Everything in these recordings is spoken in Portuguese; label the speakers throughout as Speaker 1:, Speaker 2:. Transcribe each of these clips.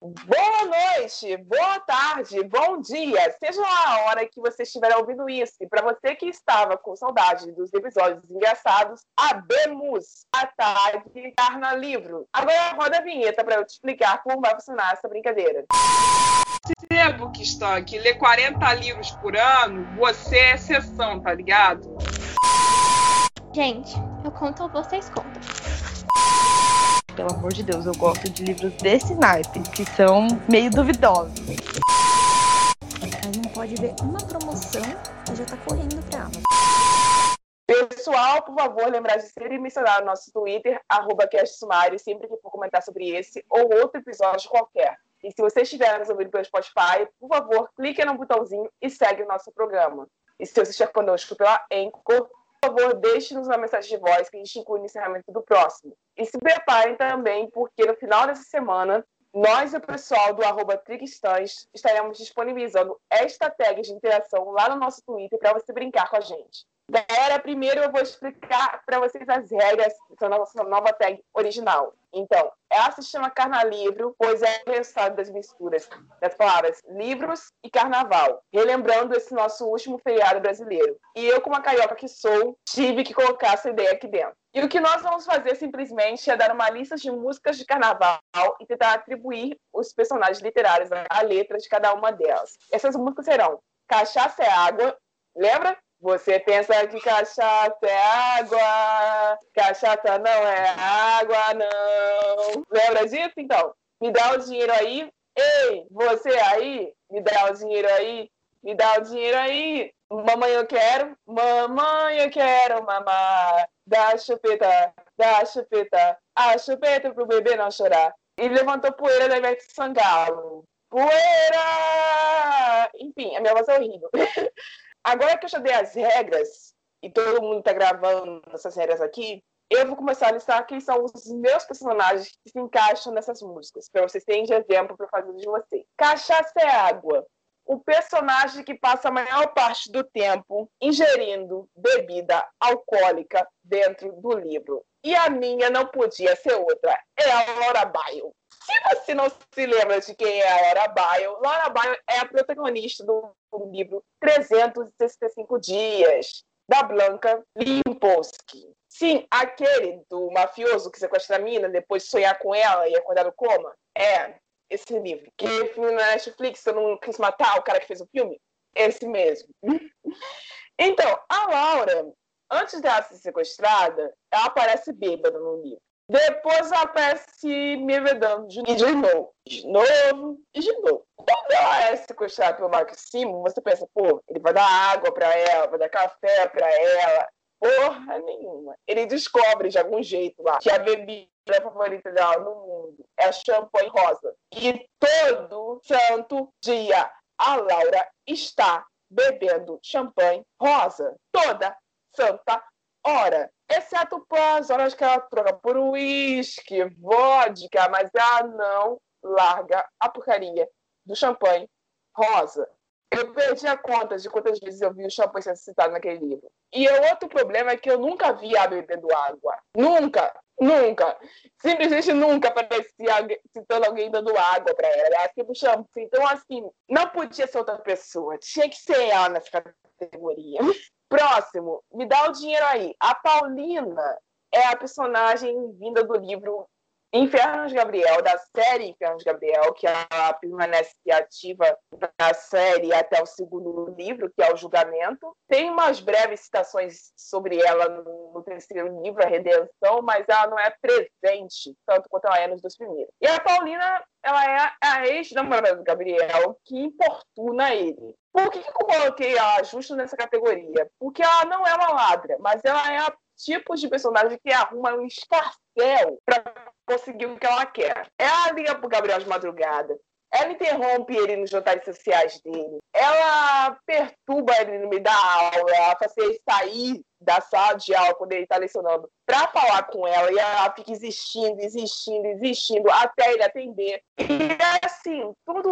Speaker 1: Boa noite, boa tarde, bom dia, seja lá a hora que você estiver ouvindo isso. E para você que estava com saudade dos episódios engraçados, abemos a tag Carna Livro. Agora roda a vinheta para eu te explicar como vai funcionar essa brincadeira.
Speaker 2: Percebo que que lê 40 livros por ano, você é exceção, tá ligado?
Speaker 3: Gente, eu conto ou vocês contam?
Speaker 4: Pelo amor de Deus, eu gosto de livros desse naipe, que são meio duvidosos.
Speaker 5: Aí não pode ver uma promoção e já tá correndo pra Amazon.
Speaker 1: Pessoal, por favor, lembrar de sempre mencionar o nosso Twitter, @castsumário, sempre que for comentar sobre esse ou outro episódio qualquer. E se você estiver nos ouvindo pelo Spotify, por favor, clique no botãozinho e segue o nosso programa. E se você estiver conosco pela Anchor, por favor, deixe-nos uma mensagem de voz que a gente inclui no encerramento do próximo. E se preparem também, porque no final dessa semana, nós e o pessoal do @Trigstãs estaremos disponibilizando esta tag de interação lá no nosso Twitter para você brincar com a gente. Galera, primeiro eu vou explicar para vocês as regras da nossa nova tag original. Então, ela se chama Carna Livro, pois é o resultado das misturas das palavras livros e carnaval, relembrando esse nosso último feriado brasileiro. E eu, como a carioca que sou, tive que colocar essa ideia aqui dentro. E o que nós vamos fazer simplesmente é dar uma lista de músicas de carnaval e tentar atribuir os personagens literários à letra de cada uma delas. Essas músicas serão Cachaça é Água, lembra? Você pensa que cachaça é água, cachaça não é água, não. Lembra disso? Então, me dá o dinheiro aí. Ei, você aí, me dá o dinheiro aí, me dá o dinheiro aí. Mamãe, eu quero mamar. Dá a chupeta, a chupeta pro bebê não chorar. E levantou poeira da Ivete Sangalo. Poeira! Enfim, a minha voz é horrível. Agora que eu já dei as regras, e todo mundo está gravando essas regras aqui, eu vou começar a listar quem são os meus personagens que se encaixam nessas músicas, para vocês terem de exemplo para fazer de vocês. Cachaça é Água. O personagem que passa a maior parte do tempo ingerindo bebida alcoólica dentro do livro. E a minha não podia ser outra. É a Laura Baio. Se você não se lembra de quem é a Laura Baio é a protagonista do livro 365 Dias, da Blanca Limpolsky. Sim, aquele do mafioso que sequestra a mina, depois de sonhar com ela e acordar no coma. É, esse livro. Que filme na Netflix, eu não quis matar o cara que fez o filme. Esse mesmo. Então, a Laura, antes dela ser sequestrada, ela aparece bêbada no livro. Depois ela aparece me vedando de novo. Quando ela é sequestrada pelo Mark Simon, você pensa, pô, ele vai dar água pra ela, vai dar café pra ela. Porra nenhuma. Ele descobre de algum jeito lá que a bebida favorita dela no mundo é champanhe rosa. E todo santo dia a Laura está bebendo champanhe rosa. Toda santa hora. Exceto as horas que ela troca por uísque, vodka, mas ela não larga a porcaria do champanhe rosa. Eu perdi a conta de quantas vezes eu vi o champanhe sendo citado naquele livro. E o outro problema é que eu nunca vi ela bebendo água. Nunca. Simplesmente nunca aparecia citando alguém dando água pra ela. Ela sempre champanhe. Então, assim, não podia ser outra pessoa. Tinha que ser ela nessa categoria. Próximo, me dá o dinheiro aí. A Paulina é a personagem vinda do livro Inferno de Gabriel, da série Inferno de Gabriel, que ela permanece ativa na série até o segundo livro, que é o Julgamento. Tem umas breves citações sobre ela no terceiro livro, A Redenção, mas ela não é presente tanto quanto ela é nos dois primeiros. E a Paulina, ela é a ex-namorada do Gabriel, que importuna ele. Por que eu coloquei ela justo nessa categoria? Porque ela não é uma ladra, mas ela é a tipo de personagem que arruma um escarcéu para conseguir o que ela quer. Ela liga pro Gabriel de madrugada, ela interrompe ele nos jantares sociais dele, ela perturba ele no meio da aula, ela faz ele sair da sala de aula quando ele está lecionando para falar com ela, e ela fica insistindo até ele atender. E assim, tudo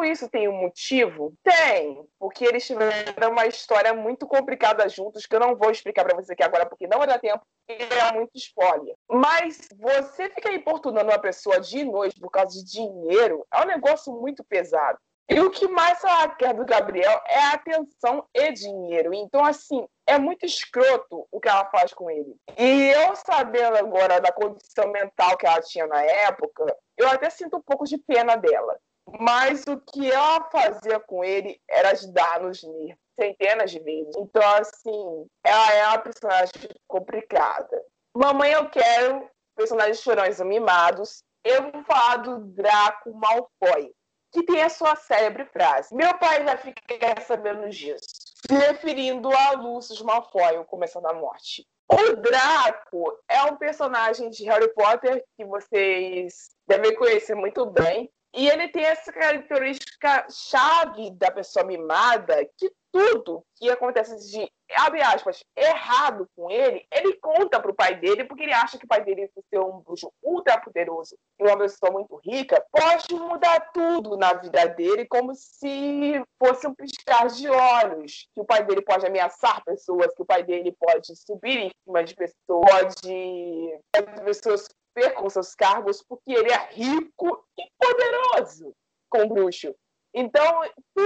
Speaker 1: isso tem um motivo? Tem, porque eles tiveram uma história muito complicada juntos, que eu não vou explicar para você aqui agora, porque não vai dar tempo, e é muito spoiler. Mas você ficar importunando uma pessoa de noite por causa de dinheiro é um negócio muito pesado. E o que mais ela quer do Gabriel é atenção e dinheiro. Então, assim, é muito escroto o que ela faz com ele. E eu sabendo agora da condição mental que ela tinha na época, eu até sinto um pouco de pena dela. Mas o que ela fazia com ele era de dar-nos centenas de vezes. Então, assim, ela é uma personagem complicada. Mamãe, eu quero personagens chorões ou mimados. Eu vou falar do Draco Malfoy, que tem a sua célebre frase: meu pai já fica sabendo disso, se referindo a Lucius Malfoy, o Comensal da Morte. O Draco é um personagem de Harry Potter que vocês devem conhecer muito bem. E ele tem essa característica chave da pessoa mimada, que tudo que acontece de, abre aspas, errado com ele conta pro pai dele, porque ele acha que o pai dele, por ser um bruxo ultra poderoso e uma pessoa muito rica, pode mudar tudo na vida dele, como se fosse um piscar de olhos. Que o pai dele pode ameaçar pessoas, que o pai dele pode subir em cima de pessoas, pode pessoas percam seus cargos porque ele é rico e poderoso com bruxo. Então,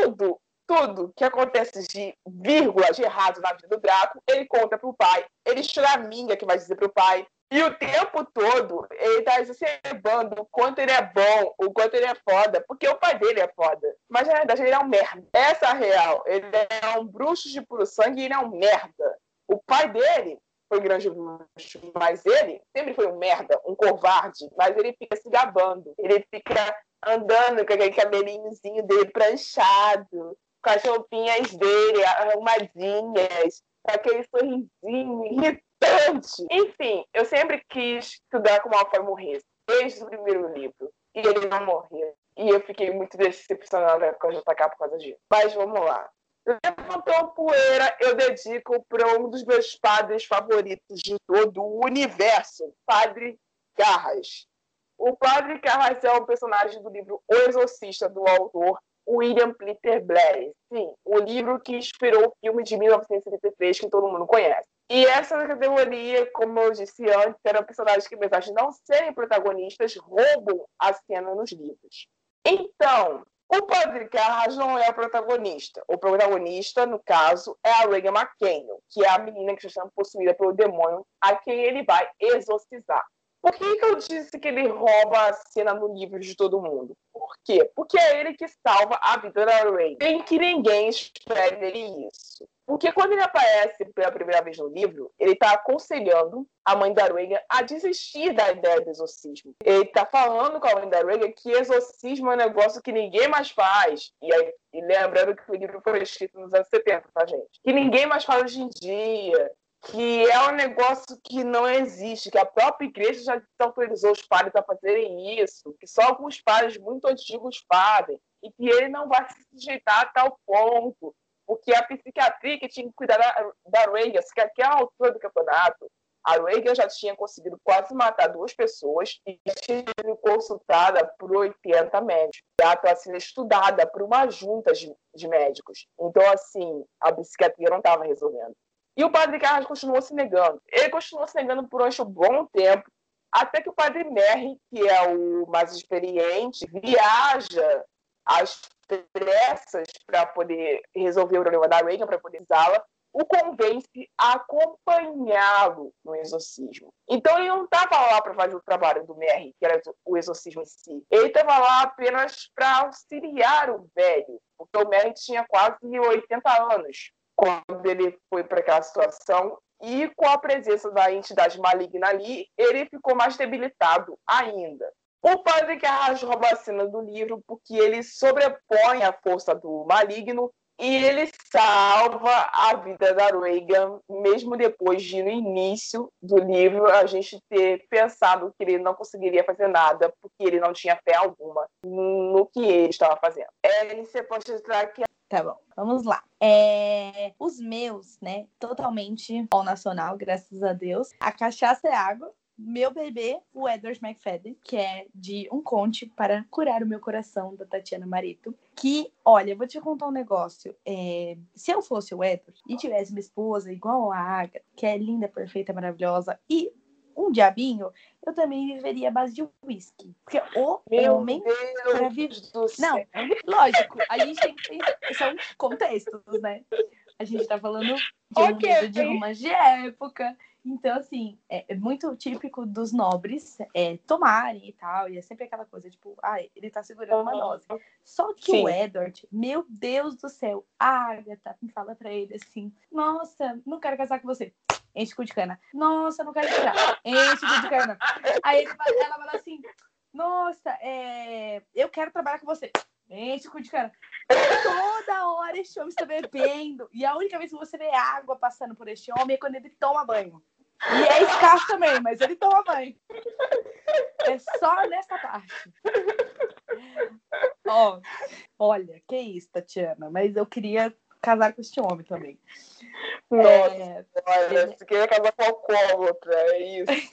Speaker 1: tudo que acontece de vírgula, de errado na vida do Draco, ele conta pro pai, ele choraminga que vai dizer pro pai. E o tempo todo, ele tá exacerbando o quanto ele é bom, o quanto ele é foda, porque o pai dele é foda. Mas, na verdade, ele é um merda. Essa é a real. Ele é um bruxo de puro sangue e ele é um merda. O pai dele foi um grande bruxo, mas ele sempre foi um merda, um covarde, mas ele fica se gabando. Ele fica andando com aquele cabelinhozinho dele pranchado, com as roupinhas dele arrumadinhas, com aquele sorrisinho irritante. Enfim, eu sempre quis que o Draco Malfoy morresse, desde o primeiro livro, e ele não morreu. E eu fiquei muito decepcionada com a JK por causa disso. Mas vamos lá. Levantou poeira, eu dedico para um dos meus padres favoritos de todo o universo, Padre Carras. O Padre Carras é um personagem do livro O Exorcista, do autor William Peter Blatty. Sim, o livro que inspirou o filme de 1973, que todo mundo conhece. E essa categoria, como eu disse antes, eram personagens que, apesar de não serem protagonistas, roubam a cena nos livros. Então, o Padre Carras não é o protagonista. O protagonista, no caso, é a Regan McCannell, que é a menina que está sendo possuída pelo demônio a quem ele vai exorcizar. Por que eu disse que ele rouba a cena no livro de todo mundo? Por quê? Porque é ele que salva a vida da Regan. Tem que ninguém espere dele isso. Porque quando ele aparece pela primeira vez no livro, ele está aconselhando a mãe da Regan a desistir da ideia do exorcismo. Ele está falando com a mãe da Regan que exorcismo é um negócio que ninguém mais faz. E lembrando que o livro foi escrito nos anos 70, tá, gente? Que ninguém mais faz hoje em dia. Que é um negócio que não existe, que a própria igreja já autorizou os padres a fazerem isso, que só alguns padres muito antigos fazem, e que ele não vai se sujeitar a tal ponto, porque a psiquiatria que tinha que cuidar da Regan, que àquela altura do campeonato, a Regan já tinha conseguido quase matar 2 pessoas e tinha sido consultada por 80 médicos. Já estava sendo estudada por uma junta de médicos. Então, assim, a psiquiatria não estava resolvendo. E o Padre Carras continuou se negando. Ele continuou se negando por um bom tempo, até que o Padre Merry, que é o mais experiente, viaja às pressas para poder resolver o problema da Regan, para poder usá-la, o convence a acompanhá-lo no exorcismo. Então ele não estava lá para fazer o trabalho do Merry, que era o exorcismo em si. Ele estava lá apenas para auxiliar o velho, porque o Merry tinha quase 80 anos. Quando ele foi para aquela situação, e com a presença da entidade maligna ali, ele ficou mais debilitado ainda. O Padre Carras rouba a cena do livro porque ele sobrepõe a força do maligno e ele salva a vida da Regan, mesmo depois de, no início do livro, a gente ter pensado que ele não conseguiria fazer nada porque ele não tinha fé alguma no que ele estava fazendo. Você pode entrar aqui.
Speaker 4: Tá bom, vamos lá. Os meus, né, totalmente ao nacional, graças a Deus. A Cachaça é Água, meu bebê, o Edward McFadden, que é de Um Conte para Curar o Meu Coração, da Tatiana Marito. Que, olha, eu vou te contar um negócio. Se eu fosse o Edward e tivesse uma esposa igual a Agatha, que é linda, perfeita, maravilhosa, e um diabinho, eu também viveria à base de whisky. Porque o
Speaker 1: Meu
Speaker 4: homem...
Speaker 1: Deus do céu.
Speaker 4: Não, lógico, a gente tem que pensar... São contextos, né? A gente tá falando de um livro de romance de época. Então, assim, é muito típico dos nobres tomarem e tal. E é sempre aquela coisa, tipo, ele tá segurando uma dose. Só que
Speaker 1: Sim.
Speaker 4: o Edward, meu Deus do céu, a Agatha me fala pra ele assim, nossa, não quero casar com você. Enche o cu de cana. Nossa, não quero casar. Enche o cu de cana. Aí ela fala assim, nossa, eu quero trabalhar com você. Enche o cu de cana. Toda hora este homem está bebendo. E a única vez que você vê água passando por este homem é quando ele toma banho. E é escasso também, mas ele toma banho. É só nessa parte. Olha, que isso, Tatiana. Mas eu queria casar com este homem também.
Speaker 1: Nossa, olha, você queria casar com alcoólatra, é isso.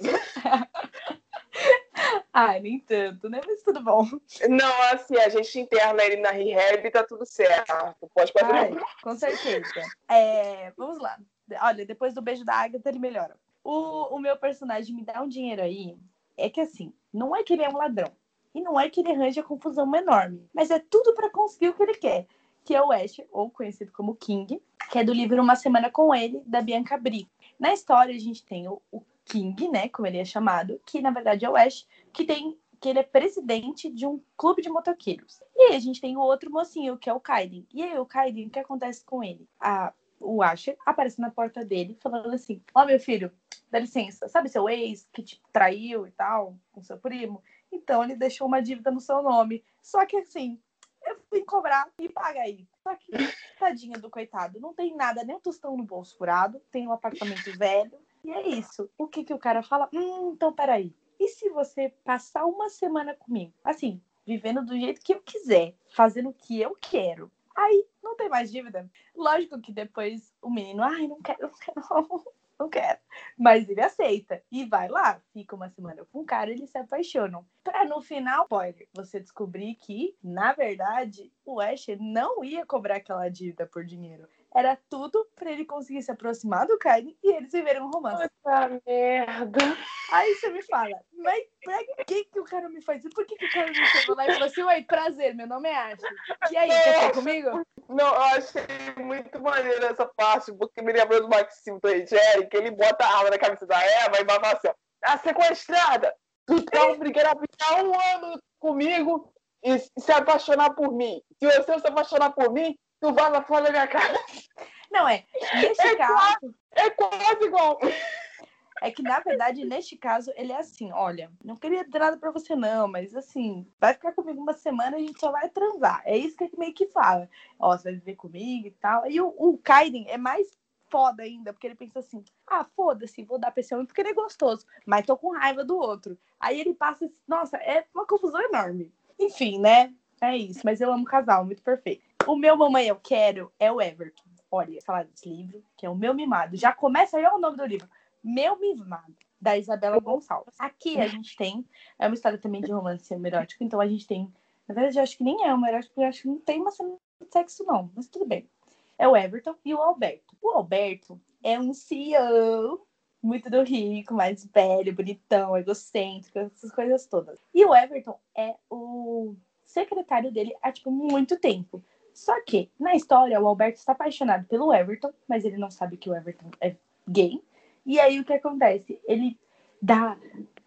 Speaker 4: Ai, nem tanto, né? Mas tudo bom.
Speaker 1: Não, assim, a gente interna ele na rehab e tá tudo certo. Pode fazer.
Speaker 4: Com certeza. Vamos lá. Olha, depois do beijo da Agatha, ele melhora. O meu personagem me dá um dinheiro aí. É que assim, não é que ele é um ladrão. E não é que ele arranja confusão enorme. Mas é tudo pra conseguir o que ele quer. Que é o Ash, ou conhecido como King, que é do livro Uma Semana com Ele, da Bianca Bri. Na história, a gente tem o King, né, como ele é chamado, que na verdade é o Ash, que ele é presidente de um clube de motoqueiros. E aí a gente tem o outro mocinho, que é o Kaiden. E aí o Kaiden, o que acontece com ele? O Asher aparece na porta dele, falando assim, meu filho, dá licença, sabe seu ex que te traiu e tal, com seu primo? Então ele deixou uma dívida no seu nome. Só que assim, eu vim cobrar e paga aí. Só que, tadinha do coitado, não tem nada, nem um tostão no bolso furado, tem um apartamento velho, e é isso. O que o cara fala? Então peraí. E se você passar uma semana comigo? Assim, vivendo do jeito que eu quiser, fazendo o que eu quero. Aí não tem mais dívida. Lógico que depois o menino, não quero. Mas ele aceita. E vai lá, fica uma semana com o cara, eles se apaixonam. Pra no final, spoiler, você descobrir que, na verdade, o Ash não ia cobrar aquela dívida por dinheiro. Era tudo pra ele conseguir se aproximar do Kaiden e eles viverem um romance.
Speaker 1: Puta merda.
Speaker 4: Aí você me fala, mas pra que o cara me faz isso? Por que o cara me chegou lá e falou assim, oi, prazer, meu nome é Ash. E aí, quer ser comigo?
Speaker 1: Não, eu achei muito maneiro essa parte, porque me lembrou do Maximo Torricelli, que ele bota a arma na cabeça da Eva e vai falar assim, sequestrada, tu tá obrigada a ficar 1 ano comigo e se apaixonar por mim. Se você se apaixonar por mim, tu vai lá fora da minha casa.
Speaker 4: Não, neste caso...
Speaker 1: É quase igual.
Speaker 4: É que, na verdade, neste caso, ele é assim, olha, não queria ter nada pra você não, mas assim, vai ficar comigo uma semana e a gente só vai transar. É isso que ele meio que fala. Você vai viver comigo e tal. E o Kaiden é mais foda ainda, porque ele pensa assim, foda-se, vou dar pra esse homem porque ele é gostoso, mas tô com raiva do outro. Aí ele passa, nossa, é uma confusão enorme. Enfim, né? É isso, mas eu amo o casal, muito perfeito. O meu Mamãe Eu Quero é o Everton. Olha, falar desse livro, que é o Meu Mimado. Já começa aí, olha o nome do livro. Meu Mimado, da Isabela Gonçalves. Aqui a gente tem, é uma história também de romance erótico, então a gente tem, na verdade eu acho que nem é uma erótico, porque eu acho que não tem uma cena de sexo não, mas tudo bem. É o Everton e o Alberto. O Alberto é um CEO muito do rico, mais velho, bonitão, egocêntrico, essas coisas todas. E o Everton é o secretário dele há, muito tempo. Só que, na história, o Alberto está apaixonado pelo Everton, mas ele não sabe que o Everton é gay. E aí, o que acontece? Ele dá...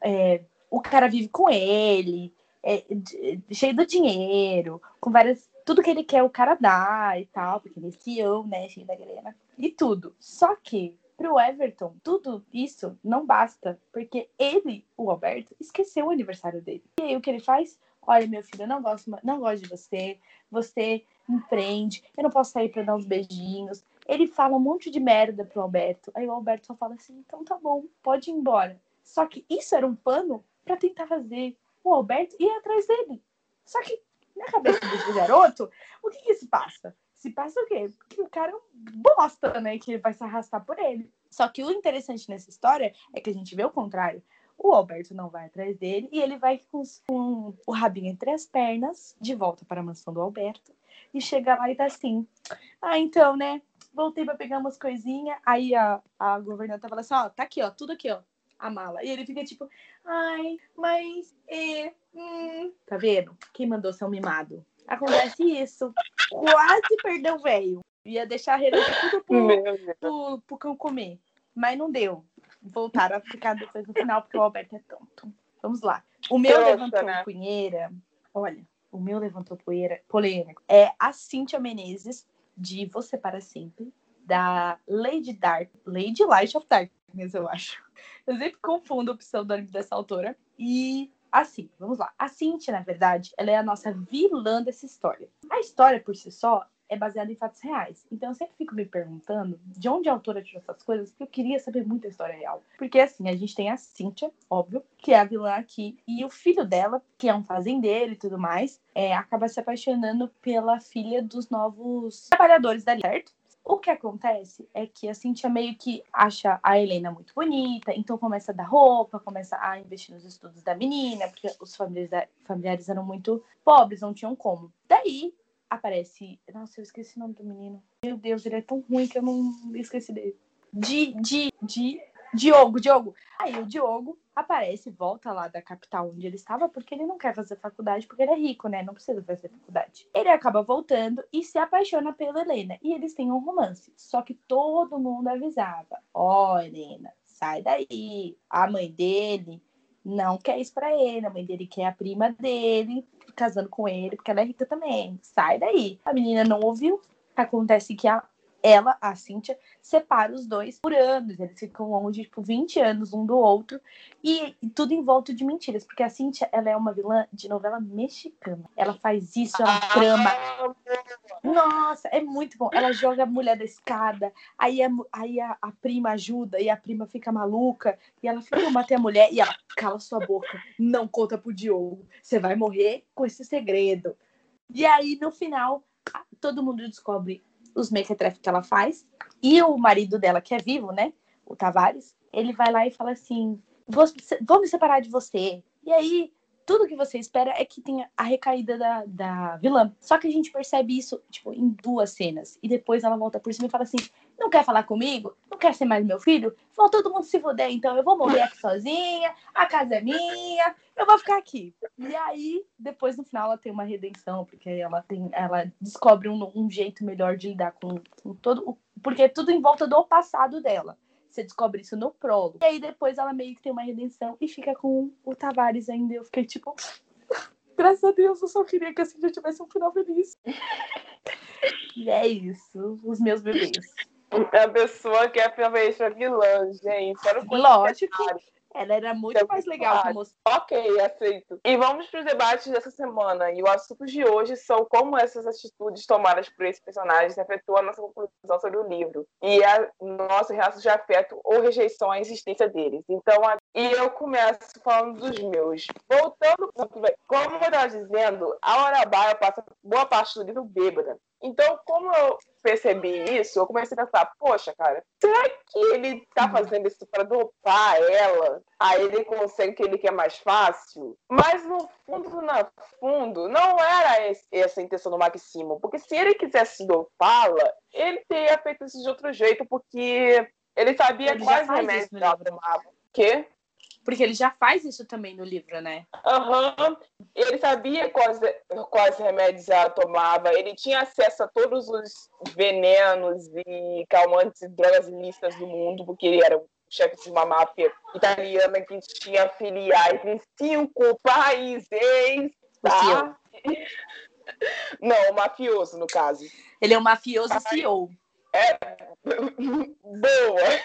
Speaker 4: o cara vive com ele, cheio do dinheiro, com várias... Tudo que ele quer, o cara dá e tal, porque ele é CEO, né? Cheio da grana. E tudo. Só que, pro Everton, tudo isso não basta, porque ele, o Alberto, esqueceu o aniversário dele. E aí, o que ele faz? Olha, meu filho, eu não gosto de você. Você me prende. Eu não posso sair pra dar uns beijinhos. Ele fala um monte de merda pro Alberto. Aí o Alberto só fala assim, então tá bom, pode ir embora. Só que isso era um pano pra tentar fazer o Alberto ir atrás dele. Só que na cabeça desse garoto, o que se passa? Se passa o quê? Que o cara é um bosta, né? Que ele vai se arrastar por ele. Só que o interessante nessa história é que a gente vê o contrário. O Alberto não vai atrás dele e ele vai com o rabinho entre as pernas, de volta para a mansão do Alberto, e chega lá e tá assim, então, né, voltei pra pegar umas coisinhas, aí a governanta fala assim, tá aqui, ó, tudo aqui, ó, a mala. E ele fica tipo, mas, tá vendo? Quem mandou ser um mimado? Acontece isso. Quase perdeu o velho. Ia deixar a herança tudo pro cão comer. Mas não deu. Voltaram a ficar depois no final, porque o Alberto é tonto. Vamos lá. O meu levantou poeira. Olha, o meu levantou polêmico. É a Cíntia Menezes, de Você Para Sempre, da Lady Light of Darkness, eu acho. Eu sempre confundo o pseudônimo dessa autora. E assim, vamos lá. A Cíntia, na verdade, ela é a nossa vilã dessa história. A história, por si só, é baseada em fatos reais. Então eu sempre fico me perguntando de onde a autora tirou essas coisas, porque eu queria saber muito a história real. Porque assim, a gente tem a Cíntia, óbvio, que é a vilã aqui, e o filho dela, que é um fazendeiro e tudo mais, acaba se apaixonando pela filha dos novos trabalhadores dali, certo? O que acontece é que a Cíntia meio que acha a Helena muito bonita, então começa a dar roupa, começa a investir nos estudos da menina, porque os familiares eram muito pobres, não tinham como. Daí aparece... Nossa, eu esqueci o nome do menino. Meu Deus, ele é tão ruim que eu não esqueci dele. Diogo. Aí o Diogo aparece, volta lá da capital onde ele estava, porque ele não quer fazer faculdade, porque ele é rico, né? Não precisa fazer faculdade. Ele acaba voltando e se apaixona pela Helena. E eles têm um romance. Só que todo mundo avisava. Helena, sai daí. A mãe dele não quer isso pra ele. A mãe dele quer a prima dele casando com ele, porque ela é rica também. Sai daí. A menina não ouviu. Acontece que a Cíntia, separa os dois por anos. Eles ficam longe, 20 anos um do outro. E tudo em volta de mentiras. Porque a Cíntia, ela é uma vilã de novela mexicana. Ela faz isso, ela trama. Nossa, é muito bom. Ela joga a mulher da escada. Aí a prima ajuda. E a prima fica maluca. E ela fica, eu matei a mulher. E ela, cala sua boca. Não conta pro Diogo. Você vai morrer com esse segredo. E aí, no final, todo mundo descobre os mequetrefe que ela faz, e o marido dela, que é vivo, né, o Tavares, ele vai lá e fala assim, vou me separar de você. E aí, tudo que você espera é que tenha a recaída da vilã. Só que a gente percebe isso, em 2 cenas. E depois ela volta por cima e fala assim, não quer falar comigo? Não quer ser mais meu filho? Vou todo mundo se fuder, então eu vou morrer aqui sozinha, a casa é minha, eu vou ficar aqui. E aí, depois no final ela tem uma redenção, porque ela descobre um jeito melhor de lidar com todo... Porque é tudo em volta do passado dela. Você descobre isso no prólogo. E aí depois ela meio que tem uma redenção e fica com o Tavares ainda. Eu fiquei tipo, graças a Deus, eu só queria que a Cíntia tivesse um final feliz. E é isso, os meus bebês.
Speaker 1: A pessoa que é a vilã, gente.
Speaker 4: Lógico. Ela era muito mais legal que a moça.
Speaker 1: Ok, aceito. E vamos para os debates dessa semana. E o assunto de hoje são como essas atitudes tomadas por esses personagens afetou a nossa conclusão sobre o livro. E a nossa reação de afeto ou rejeição à existência deles. Então, eu começo falando dos meus. Voltando, como eu estava dizendo, a Arabaia passa boa parte do livro bêbada. Então, como eu percebi isso, eu comecei a pensar, poxa, cara, será que ele tá fazendo isso para dopar ela? Aí ele consegue o que ele quer mais fácil? Mas no fundo, não era essa a intenção do Maximo. Porque se ele quisesse dopá-la, ele teria feito isso de outro jeito, porque ele sabia quais remédios ela tomava. O quê?
Speaker 4: Porque ele já faz isso também no livro, né?
Speaker 1: Ele sabia quais remédios ela tomava. Ele tinha acesso a todos os venenos e calmantes e drogas ilícitas do mundo, porque ele era o chefe de uma máfia italiana que tinha filiais em 5 países. Tá? Não, o mafioso, no caso.
Speaker 4: Ele é um mafioso CEO.
Speaker 1: Boa!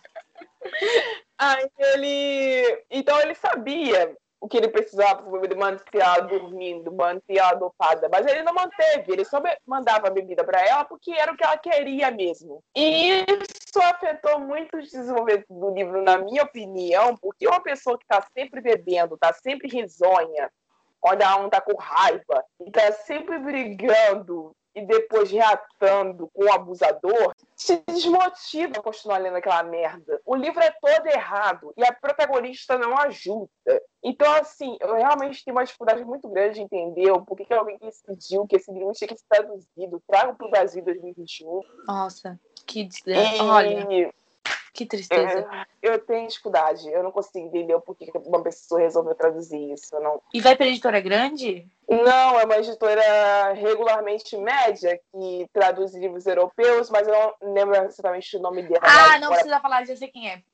Speaker 1: Então ele sabia o que ele precisava para manter ela dormindo, manter ela dopada, mas ele não manteve, ele só mandava a bebida para ela porque era o que ela queria mesmo. E isso afetou muito o desenvolvimento do livro, na minha opinião, porque uma pessoa que está sempre bebendo, está sempre risonha, quando ela não está com raiva, e está sempre brigando, e e depois reatando com o abusador, te desmotiva a continuar lendo aquela merda. O livro é todo errado e a protagonista não ajuda. Então, assim, eu realmente tenho uma dificuldade muito grande de entender por que alguém decidiu que esse livro tinha que ser traduzido. Trago para o Brasil 2021.
Speaker 4: Nossa, olha, que tristeza.
Speaker 1: Eu tenho dificuldade. Eu não consigo entender por que uma pessoa resolveu traduzir isso.
Speaker 4: E vai para editora grande?
Speaker 1: Não, é uma editora regularmente média que traduz livros europeus, mas eu não lembro exatamente o nome dela.
Speaker 4: Ah, não precisa falar, já sei quem é.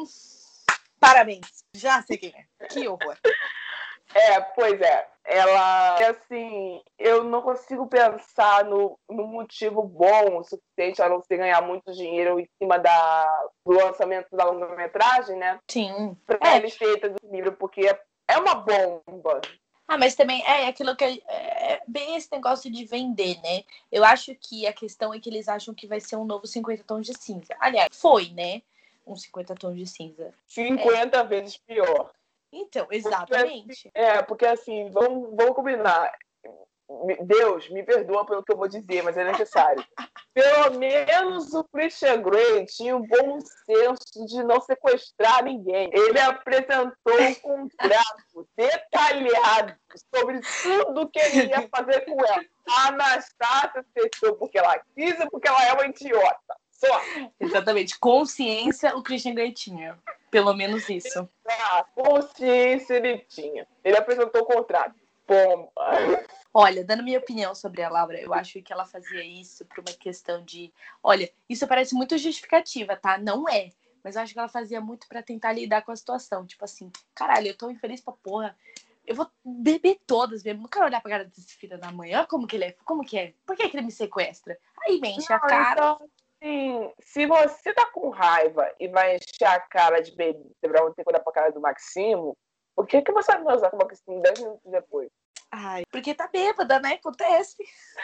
Speaker 4: Parabéns, já sei quem é. Que horror.
Speaker 1: Pois é. Ela, assim, eu não consigo pensar no motivo bom o suficiente a não ser ganhar muito dinheiro em cima do lançamento da longa-metragem, né?
Speaker 4: Sim.
Speaker 1: Pra eles terem traduzido o livro, porque é uma bomba.
Speaker 4: Mas também é aquilo que é bem esse negócio de vender, né? Eu acho que a questão é que eles acham que vai ser um novo 50 Tons de Cinza. Aliás, foi, né? Um 50 Tons de Cinza.
Speaker 1: 50 vezes pior.
Speaker 4: Então, exatamente.
Speaker 1: Porque assim, vamos combinar. Deus, me perdoa pelo que eu vou dizer, mas é necessário. Pelo menos o Christian Grey tinha um bom senso de não sequestrar ninguém. Ele apresentou um contrato detalhado sobre tudo que ele ia fazer com ela. A Anastácia aceitou porque ela quis e porque ela é uma idiota. Só.
Speaker 4: Exatamente. Consciência o Christian Grey tinha. Pelo menos isso.
Speaker 1: Consciência ele tinha. Ele apresentou o contrato. Bomba.
Speaker 4: Olha, dando minha opinião sobre a Laura, eu acho que ela fazia isso por uma questão de... Olha, isso parece muito justificativa, tá? Não é. Mas eu acho que ela fazia muito pra tentar lidar com a situação. Tipo assim, caralho, eu tô infeliz pra porra. Eu vou beber todas mesmo. Não quero olhar pra cara desse filho da mãe. Olha como que ele é. Como que é? Por que ele me sequestra? Aí me enche a cara.
Speaker 1: Então, assim, se você tá com raiva e vai encher a cara de bebida pra ter que olhar pra cara do Maximo, por que você vai usar com o Maximo 10 minutos depois?
Speaker 4: Ai, porque tá bêbada, né? Acontece.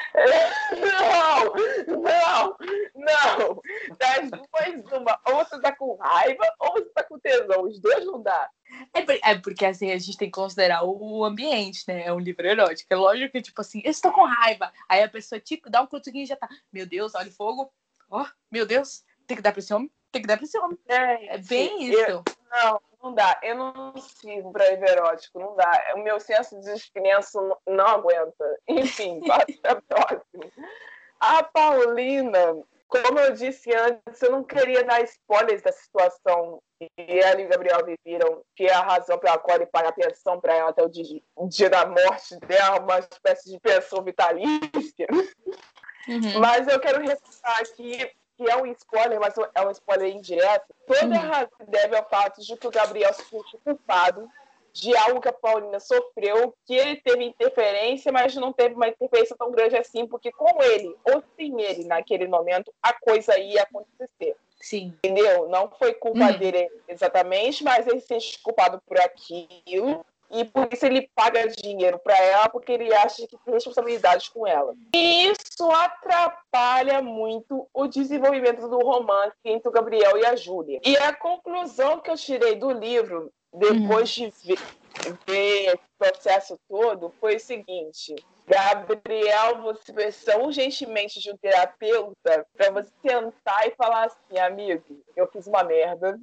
Speaker 1: Não. Das duas, uma. Ou você tá com raiva, ou você tá com tesão. Os dois não dá.
Speaker 4: Porque assim, a gente tem que considerar o ambiente, né? É um livro erótico. É lógico que, tipo assim, eu estou com raiva. Aí a pessoa, tipo, dá um cutuquinho e já tá. Meu Deus, olha o fogo. Ó, meu Deus. Tem que dar pra esse homem? Tem que dar pra esse homem. É bem isso.
Speaker 1: Não dá. Eu não sirvo pra livro erótico. Não dá. O meu senso de descrença não aguenta. Enfim, passa pra próxima. A Paulina, como eu disse antes, eu não queria dar spoilers da situação que ela e o Gabriel viveram, que é a razão pela qual ele paga a pensão para ela até o dia da morte dela, uma espécie de pensão vitalícia. Mas eu quero ressaltar aqui que é um spoiler, mas é um spoiler indireto. Toda a razão deve ao fato de que o Gabriel se sentiu culpado de algo que a Paulina sofreu, que ele teve interferência, mas não teve uma interferência tão grande assim, porque com ele ou sem ele naquele momento, a coisa ia acontecer.
Speaker 4: Sim.
Speaker 1: Entendeu? Não foi culpa dele exatamente, mas ele se sente culpado por aquilo. E por isso ele paga dinheiro para ela, porque ele acha que tem responsabilidade com ela. E isso atrapalha muito o desenvolvimento do romance entre o Gabriel e a Júlia. E a conclusão que eu tirei do livro, depois de ver esse processo todo, foi o seguinte: Gabriel, você precisa urgentemente de um terapeuta para você sentar e falar assim, amigo, eu fiz uma merda.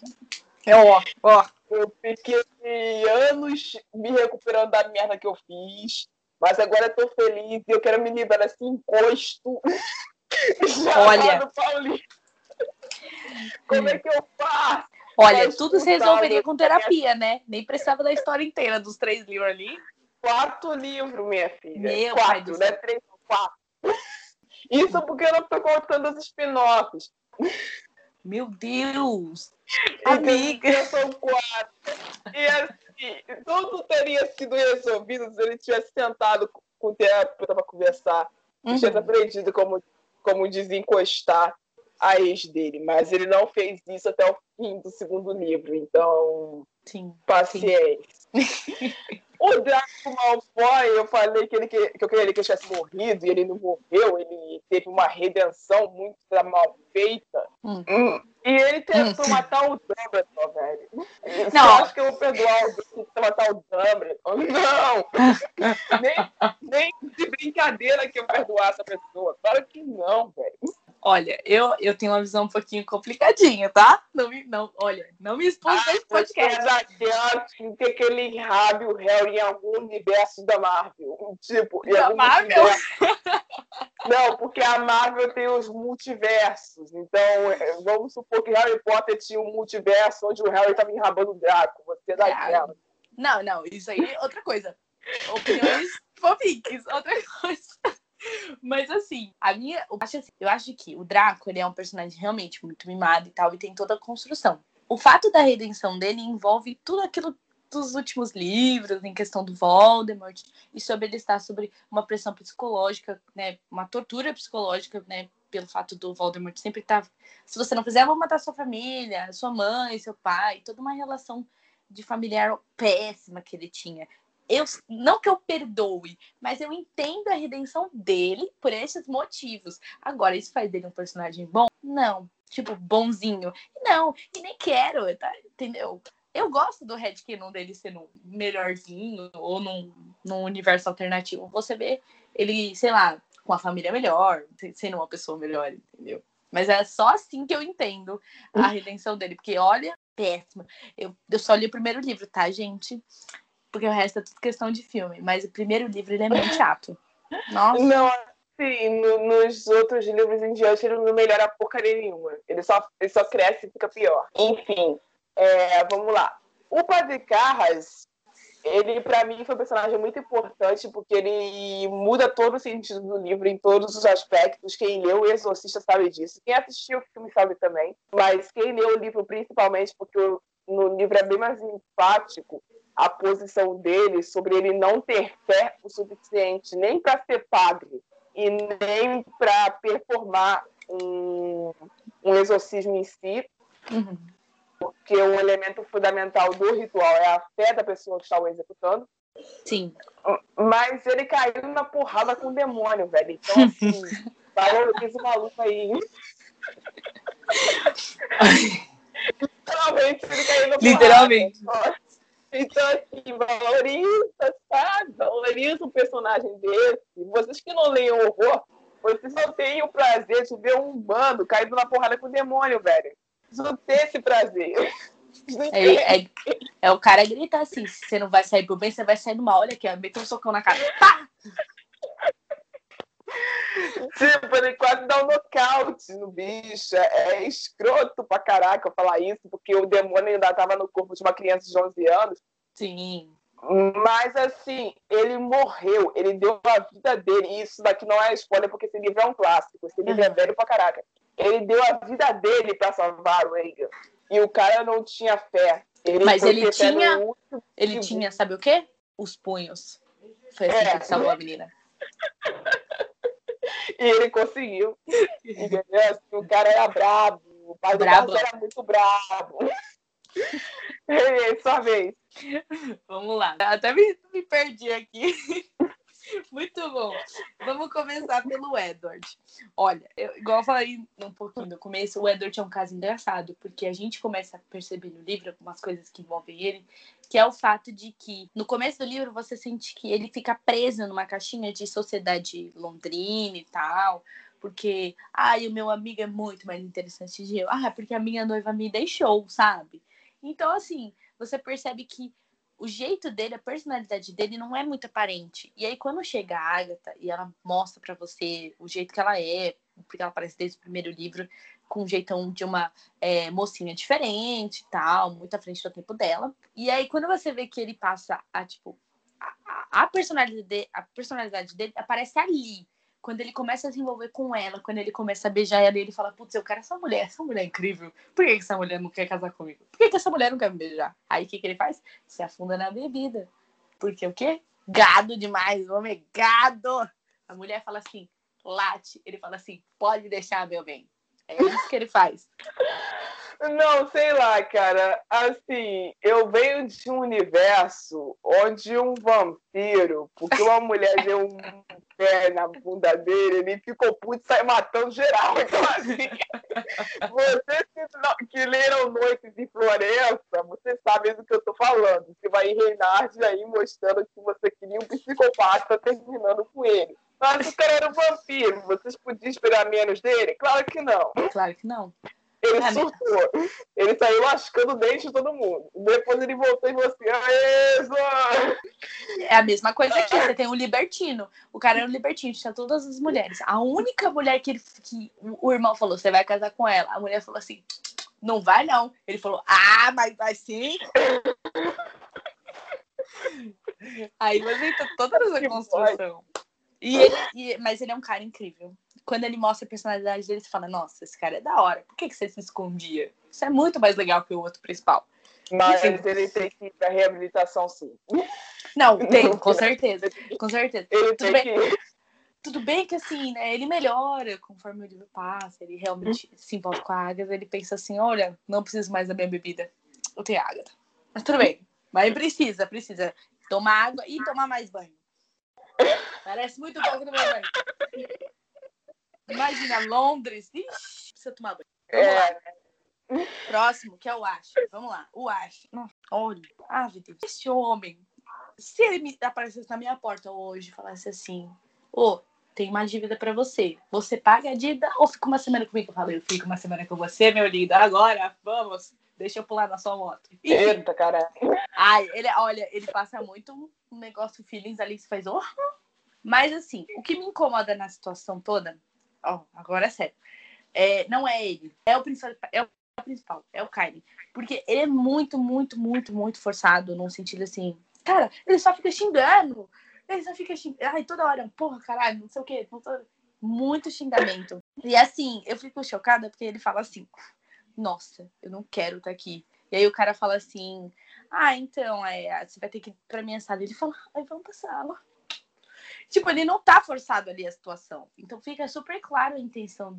Speaker 1: Eu fiquei anos me recuperando da merda que eu fiz, mas agora eu tô feliz e eu quero me livrar desse encosto.
Speaker 4: Olha,
Speaker 1: Paulinho. Como é que eu faço?
Speaker 4: Olha, tudo se resolveria com terapia, né? Nem precisava da história inteira dos 3 livros ali.
Speaker 1: 4 livros, minha filha.
Speaker 4: Meu
Speaker 1: 4, né? 3 ou 4. Isso porque eu não tô contando os spin-offs.
Speaker 4: Meu Deus! Amiga!
Speaker 1: São 4. E assim, tudo teria sido resolvido se ele tivesse sentado com o terapeuta para conversar. Tivesse aprendido como desencostar a ex dele. Mas ele não fez isso até o fim do segundo livro. Então,
Speaker 4: sim,
Speaker 1: paciência. O Draco Malfoy, eu falei que eu queria que ele tivesse morrido e ele não morreu. Ele teve uma redenção muito mal feita. E ele tentou matar o Dumbledore, velho. Você acha que eu vou perdoar alguém que tentou matar o Dumbledore? Não! nem de brincadeira que eu perdoar essa pessoa. Claro que não, velho.
Speaker 4: Olha, eu tenho uma visão um pouquinho complicadinha, tá? Olha, não me expus nesse podcast.
Speaker 1: É daquela que tem aquele Harry, o Harry em algum universo da Marvel. Tipo, em algum
Speaker 4: Marvel?
Speaker 1: Não, porque a Marvel tem os multiversos. Então, vamos supor que Harry Potter tinha um multiverso onde o Harry estava enrabando o Draco. Você é daquela.
Speaker 4: Não, isso aí é outra coisa. Opiniões fofinhas, outra coisa. Mas assim, eu acho que o Draco, ele é um personagem realmente muito mimado e tal, e tem toda a construção. O fato da redenção dele envolve tudo aquilo dos últimos livros, em questão do Voldemort, e sobre ele estar sobre uma pressão psicológica, né, uma tortura psicológica, né, pelo fato do Voldemort sempre estar, se você não fizer, eu vou matar sua família, sua mãe, seu pai, toda uma relação de familiar péssima que ele tinha. Não que eu perdoe, mas eu entendo a redenção dele por esses motivos. Agora, isso faz dele um personagem bom? Não. Tipo, bonzinho? Não, e nem quero, tá? Entendeu? Eu gosto do headcanon dele sendo melhorzinho ou num universo alternativo. Você vê ele, sei lá, com a família melhor, sendo uma pessoa melhor, entendeu? Mas é só assim que eu entendo a redenção dele. Porque, olha, péssimo. Eu só li o primeiro livro, tá, gente? Porque o resto é tudo questão de filme. Mas o primeiro livro, ele é muito chato. Nossa.
Speaker 1: Não, assim, nos outros livros em diante, ele não melhora porcaria nenhuma. Ele só cresce e fica pior. Enfim, vamos lá. O Padre Carras, ele, pra mim, foi um personagem muito importante, porque ele muda todo o sentido do livro em todos os aspectos. Quem leu O Exorcista sabe disso. Quem assistiu o filme sabe também. Mas quem leu o livro, principalmente, porque no livro é bem mais enfático a posição dele sobre ele não ter fé o suficiente nem para ser padre e nem para performar um exorcismo em si, porque o elemento fundamental do ritual é a fé da pessoa que está o executando.
Speaker 4: Sim.
Speaker 1: Mas ele caiu na porrada com o demônio, velho. Então, assim, valoriza o maluco aí. Literalmente, ele caiu na porrada.
Speaker 4: Literalmente.
Speaker 1: Então, assim, valoriza, sabe? Valoriza um personagem desse. Vocês que não leem horror, vocês não têm o prazer de ver um humano caído na porrada com o demônio, velho. Vocês não têm esse prazer.
Speaker 4: É o cara gritar assim, se você não vai sair pro bem, você vai sair do mal. Olha aqui, ó, meteu um socão na cara. Pá!
Speaker 1: Tipo, ele quase dá um nocaute no bicho. É escroto pra caraca eu falar isso, porque o demônio ainda tava no corpo de uma criança de 11 anos.
Speaker 4: Sim.
Speaker 1: Mas, assim, ele morreu. Ele deu a vida dele. E isso daqui não é spoiler, porque esse livro é um clássico. Esse livro é velho pra caraca. Ele deu a vida dele pra salvar o Reagan. E o cara não tinha fé.
Speaker 4: Mas ele tinha, sabe o quê? Os punhos. Foi assim que ele salvou a menina.
Speaker 1: E ele conseguiu. Entendeu? Assim, o cara era brabo. O pai do Carlos era muito brabo. Sua vez.
Speaker 4: Vamos lá. Até me perdi aqui. Muito bom. Vamos começar pelo Edward. Olha, igual eu falei um pouquinho no começo, o Edward é um caso engraçado, porque a gente começa a perceber no livro algumas coisas que envolvem ele, que é o fato de que, no começo do livro, você sente que ele fica preso numa caixinha de sociedade londrina e tal, porque, o meu amigo é muito mais interessante que eu. Porque a minha noiva me deixou, sabe? Então, assim, você percebe que o jeito dele, a personalidade dele não é muito aparente. E aí, quando chega a Agatha e ela mostra pra você o jeito que ela é, porque ela aparece desde o primeiro livro com um jeitão de uma mocinha diferente e tal, muito à frente do tempo dela. E aí, quando você vê que ele passa a personalidade dele aparece ali. Quando ele começa a se envolver com ela, quando ele começa a beijar ela, ele fala, putz, eu quero essa mulher é incrível. Por que essa mulher não quer casar comigo? Por que essa mulher não quer me beijar? Aí o que ele faz? Se afunda na bebida. Porque o quê? Gado demais, o homem é gado. A mulher fala assim, late. Ele fala assim, pode deixar, meu bem. É isso que ele faz.
Speaker 1: Não, sei lá, cara. Assim, eu venho de um universo onde um vampiro, porque uma mulher deu um pé na bunda dele, ele ficou puto e saiu matando geral. Então, assim, vocês que leram Noites em Florença, vocês sabem do que eu tô falando. Você vai em Reinhard aí mostrando que você queria um psicopata terminando com ele. Mas o cara era um vampiro. Vocês podiam esperar menos dele? Claro que não.
Speaker 4: Claro que não.
Speaker 1: Ele surtou. Ele saiu lascando o dente de todo mundo. Depois ele voltou e falou assim: Aê,
Speaker 4: É a mesma coisa aqui. Você tem um libertino. O cara era um libertino, tinha todas as mulheres. A única mulher que o irmão falou: você vai casar com ela. A mulher falou assim: não vai não. Ele falou: ah, mas vai sim. Aí você tem toda essa construção. Mas ele é um cara incrível. Quando ele mostra a personalidade dele, você fala, nossa, esse cara é da hora. Por que você se escondia? Isso é muito mais legal que o outro principal.
Speaker 1: Mas ele tem que ir pra reabilitação, sim.
Speaker 4: Não, tem, com certeza. Com certeza.
Speaker 1: Ele tem que...
Speaker 4: Tudo bem que assim, né? Ele melhora conforme o livro passa. Ele realmente se envolve com a Agatha. Ele pensa assim, olha, não preciso mais da minha bebida. Eu tenho a Agatha. Mas tudo bem. Mas precisa tomar água e tomar mais banho. Parece muito bom que tomar banho. Imagina, Londres. Ixi, precisa tomar banho. Vamos lá. Próximo, que é o Ash. Vamos lá. O Ash. Olha, meu Deus. Esse homem, se ele me aparecesse na minha porta hoje e falasse assim, tem uma dívida pra você. Você paga a dívida ou fica uma semana comigo? Eu falei, eu fico uma semana com você, meu lindo. Agora, vamos. Deixa eu pular na sua moto. Enfim.
Speaker 1: Eita, caralho.
Speaker 4: Ai, ele passa muito um negócio feelings ali que você faz... Mas, assim, o que me incomoda na situação toda... agora é sério. Não é ele. É o principal. É o Kylie. Porque ele é muito, muito, muito, muito forçado. Num sentido assim... Cara, ele só fica xingando. Ai, toda hora. Porra, caralho, não sei o quê. Muito xingamento. E, assim, eu fico chocada porque ele fala assim... Nossa, eu não quero estar aqui. E aí o cara fala assim... então, você vai ter que ir pra minha sala. Ele fala, vamos pra sala. Tipo, ele não tá forçado ali a situação. Então fica super claro a intenção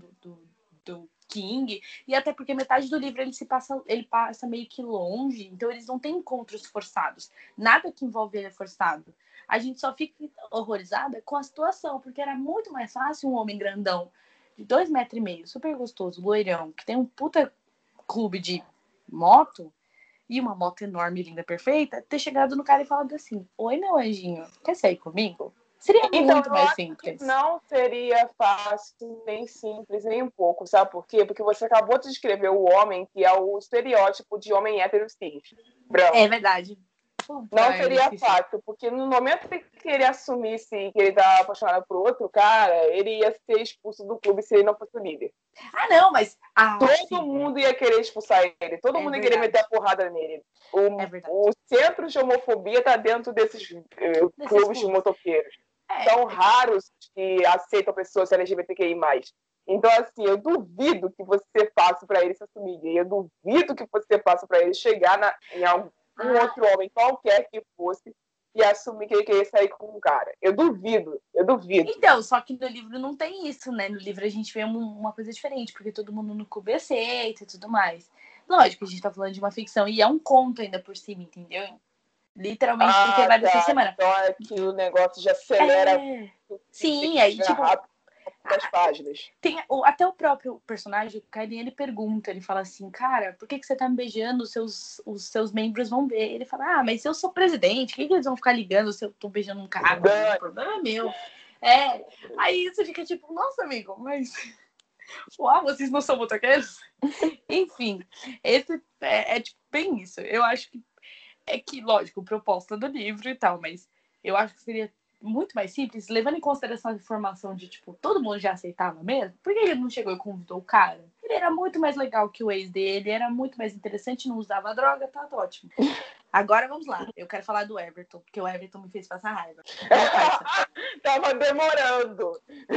Speaker 4: do King. E até porque metade do livro ele passa meio que longe. Então eles não têm encontros forçados. Nada que envolve ele é forçado. A gente só fica horrorizada com a situação. Porque era muito mais fácil um homem grandão de 2,5 metros, super gostoso, loirão, que tem um puta clube de moto e uma moto enorme, linda, perfeita, ter chegado no cara e falado assim, oi, meu anjinho, quer sair comigo? Seria muito mais simples.
Speaker 1: Não seria fácil, nem simples, nem um pouco. Sabe por quê? Porque você acabou de descrever o homem que é o estereótipo de homem hétero cis, branco.
Speaker 4: É verdade.
Speaker 1: Não seria fácil, porque no momento que ele assumisse que ele estava apaixonado por outro cara, ele ia ser expulso do clube se ele não fosse o líder.
Speaker 4: Não, mas...
Speaker 1: Todo mundo ia querer expulsar ele. Todo mundo ia querer meter a porrada nele. O centro de homofobia está dentro desses clubes de motoqueiros. São raros que aceitam pessoas LGBTQI+. Então, assim, eu duvido que você faça para ele se assumir gay. Eu duvido que você faça para ele chegar em algum outro homem, qualquer que fosse, e assumir que ele queria sair com um cara. Eu duvido.
Speaker 4: Então, só que no livro não tem isso, né? No livro a gente vê uma coisa diferente, porque todo mundo no clube aceita e tudo mais. Lógico, a gente tá falando de uma ficção, e é um conto ainda por cima, entendeu? Literalmente, porque vai dessa semana.
Speaker 1: Então é que o negócio já acelera.
Speaker 4: Sim, aí, tipo...
Speaker 1: das páginas.
Speaker 4: Tem até o próprio personagem, o Kylie, ele pergunta, ele fala assim, cara, por que você tá me beijando? Os seus membros vão ver. Ele fala, mas eu sou presidente, por que eles vão ficar ligando se eu tô beijando um cara? O problema é meu. Aí você fica tipo, nossa, amigo, mas... Uau, vocês não são motoqueiros? Enfim, esse tipo, bem isso. Eu acho que, lógico, proposta do livro e tal, mas eu acho que seria muito mais simples, levando em consideração a informação de, tipo, todo mundo já aceitava mesmo, por que ele não chegou e convidou o cara? Ele era muito mais legal que o ex dele, era muito mais interessante, não usava droga, tá ótimo. Agora vamos lá, eu quero falar do Everton, porque o Everton me fez passar raiva.
Speaker 1: Tava demorando.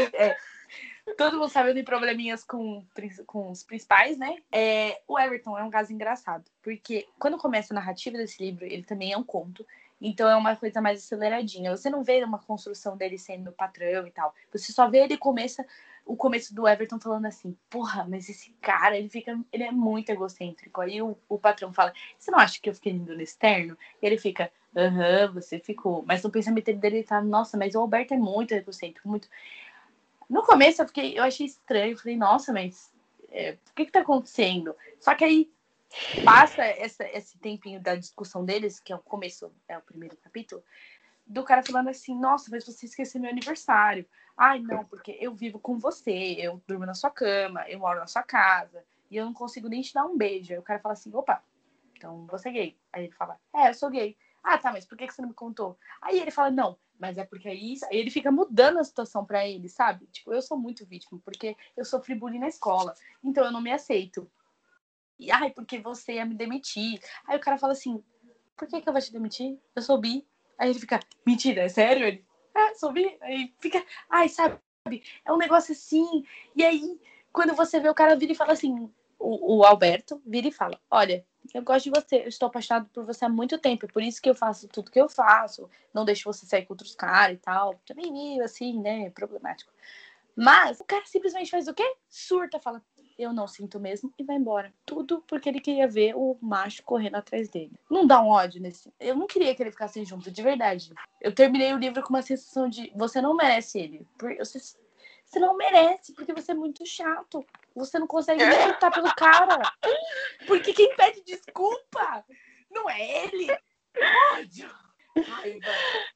Speaker 4: Todo mundo sabe de probleminhas com os principais, né? O Everton é um caso engraçado, porque quando começa a narrativa desse livro, ele também é um conto, então é uma coisa mais aceleradinha. Você não vê uma construção dele sendo patrão e tal. Você só vê ele começa o começo do Everton falando assim, porra, mas esse cara, ele é muito egocêntrico. Aí o patrão fala, você não acha que eu fiquei lindo nesse terno? E ele fica, aham, você ficou. Mas no pensamento dele, ele tá, nossa, mas o Alberto é muito egocêntrico, muito... No começo eu achei estranho, eu falei, nossa, mas o que tá acontecendo? Só que aí passa esse tempinho da discussão deles, que é o começo, é o primeiro capítulo, do cara falando assim, nossa, mas você esqueceu meu aniversário. Ai, não, porque eu vivo com você, eu durmo na sua cama, eu moro na sua casa, e eu não consigo nem te dar um beijo. Aí o cara fala assim, opa, então você é gay. Aí ele fala, eu sou gay. Ah, tá, mas por que você não me contou? Aí ele fala, não, mas é porque aí ele fica mudando a situação pra ele, sabe? Tipo, eu sou muito vítima, porque eu sofri bullying na escola, então eu não me aceito. E, ai, porque você ia me demitir. Aí o cara fala assim, por que eu vou te demitir? Eu sou bi. Aí ele fica, mentira, é sério? Ele, sou bi. Aí fica, ai, sabe? É um negócio assim. E aí, quando você vê o cara vira e fala assim, o Alberto vira e fala, olha, eu gosto de você, eu estou apaixonado por você há muito tempo, é por isso que eu faço tudo que eu faço, não deixo você sair com outros caras e tal. Também meio assim, né, problemático. Mas o cara simplesmente faz o quê? Surta, fala, eu não sinto mesmo, e vai embora. Tudo porque ele queria ver o macho correndo atrás dele. Não dá um ódio nesse... Eu não queria que ele ficasse junto, de verdade. Eu terminei o livro com uma sensação de, você não merece ele. Você não merece, porque você é muito chato. Você não consegue nem lutar pelo cara. Porque quem pede desculpa não é ele. Ódio. Raiva.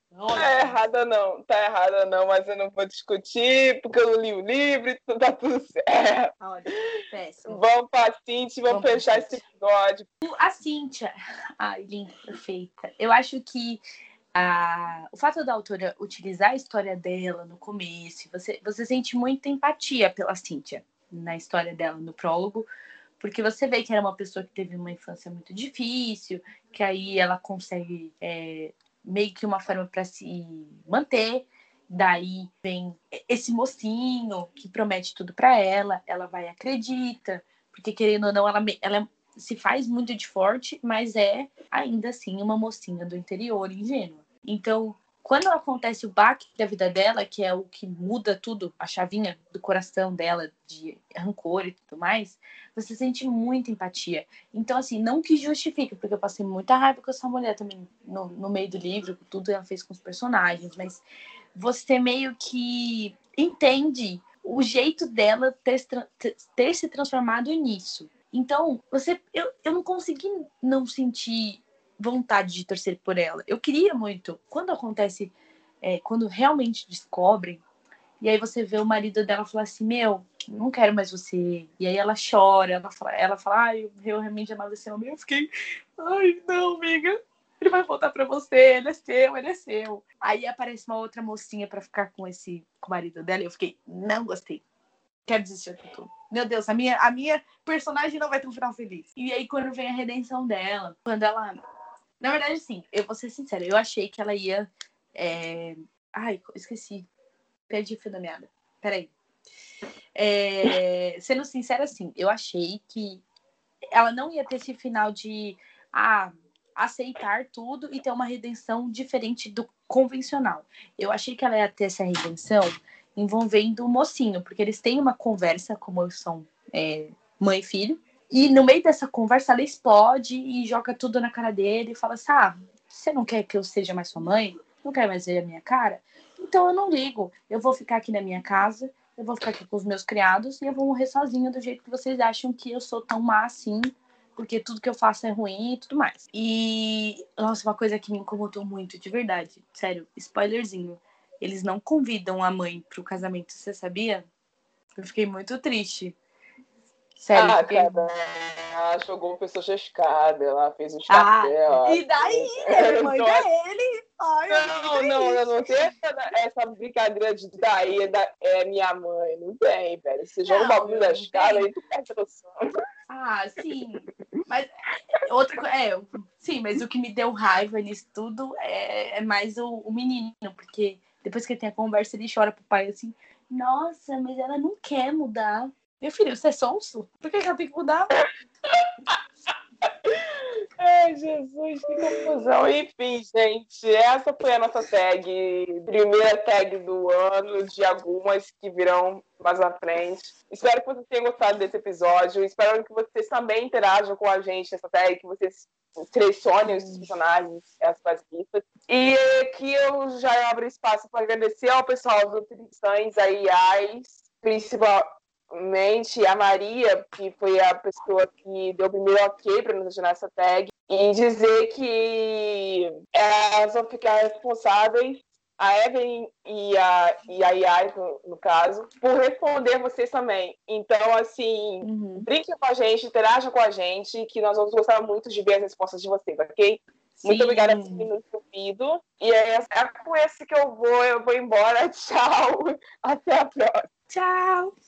Speaker 1: Tá errada não, mas eu não vou discutir, porque eu não li o livro, então tá tudo certo.
Speaker 4: Olha, péssimo.
Speaker 1: Vamos pra Cíntia, vamos fechar esse episódio.
Speaker 4: A Cíntia, ai, linda, perfeita. Eu acho que o fato da autora utilizar a história dela no começo, você sente muita empatia pela Cíntia na história dela, no prólogo, porque você vê que era uma pessoa que teve uma infância muito difícil, que aí ela consegue meio que uma forma para se manter. Daí vem esse mocinho que promete tudo para ela vai e acredita, porque querendo ou não, ela se faz muito de forte, mas é ainda assim uma mocinha do interior, ingênua. Então, quando acontece o baque da vida dela, que é o que muda tudo, a chavinha do coração dela, de rancor e tudo mais, você sente muita empatia. Então, assim, não que justifique, porque eu passei muita raiva com essa mulher também no meio do livro, tudo ela fez com os personagens, mas você meio que entende o jeito dela ter se transformado nisso. Então, eu não consegui não sentir vontade de torcer por ela. Eu queria muito. Quando acontece, quando realmente descobrem, e aí você vê o marido dela falar assim, meu, não quero mais você. E aí ela chora, ela fala, ai, eu realmente amava esse homem. Eu fiquei, ai, não, amiga. Ele vai voltar pra você, ele é seu, ele é seu. Aí aparece uma outra mocinha pra ficar com o marido dela, e eu fiquei, não gostei. Quero desistir de tudo. Meu Deus, a minha personagem não vai ter um final feliz. E aí, quando vem a redenção dela, quando ela... Na verdade, sim, eu vou ser sincera, eu achei que ela ia... Ai, esqueci. Perdi o fio da meada. Peraí. Sendo sincera, sim, eu achei que ela não ia ter esse final de aceitar tudo e ter uma redenção diferente do convencional. Eu achei que ela ia ter essa redenção envolvendo o mocinho, porque eles têm uma conversa, como são mãe e filho, e no meio dessa conversa ela explode e joga tudo na cara dele e fala assim, você não quer que eu seja mais sua mãe? Não quer mais ver a minha cara? Então eu não ligo, eu vou ficar aqui na minha casa, eu vou ficar aqui com os meus criados e eu vou morrer sozinha do jeito que vocês acham que eu sou tão má assim, porque tudo que eu faço é ruim e tudo mais. E, nossa, uma coisa que me incomodou muito, de verdade, sério, spoilerzinho, eles não convidam a mãe pro casamento, você sabia? Eu fiquei muito triste. Sério,
Speaker 1: cara, ela jogou pessoa chascada, ela fez um chapéu.
Speaker 4: E daí? É mãe dele? Ai,
Speaker 1: eu não tenho essa brincadeira de daí é minha mãe. Não tem, velho. Você joga o bagulho das caras aí tu perde a noção.
Speaker 4: Sim. Mas sim, mas o que me deu raiva nisso tudo é mais o menino, porque depois que ele tem a conversa, ele chora pro pai assim, nossa, mas ela não quer mudar. Meu filho, você é sonso? Por que ela tem que mudar?
Speaker 1: Ai, Jesus, que confusão. Enfim, gente, essa foi a nossa tag, primeira tag do ano, de algumas que virão mais à frente. Espero que vocês tenham gostado desse episódio. Espero que vocês também interajam com a gente nessa tag, que vocês selecionem os personagens, as classificadas. E aqui eu já abro espaço para agradecer ao pessoal do Tristãs, a IAS, principalmente a Maria, que foi a pessoa que deu o primeiro ok para nos adicionar essa tag, e dizer que elas vão ficar responsáveis, a Evelyn e a IAS, no caso, por responder vocês também. Então, assim, brinquem com a gente, interajam com a gente, que nós vamos gostar muito de ver as respostas de vocês, ok?
Speaker 4: Sim.
Speaker 1: Muito obrigada por ter nos ouvido. E é com esse que eu vou embora. Tchau. Até a próxima.
Speaker 4: Tchau.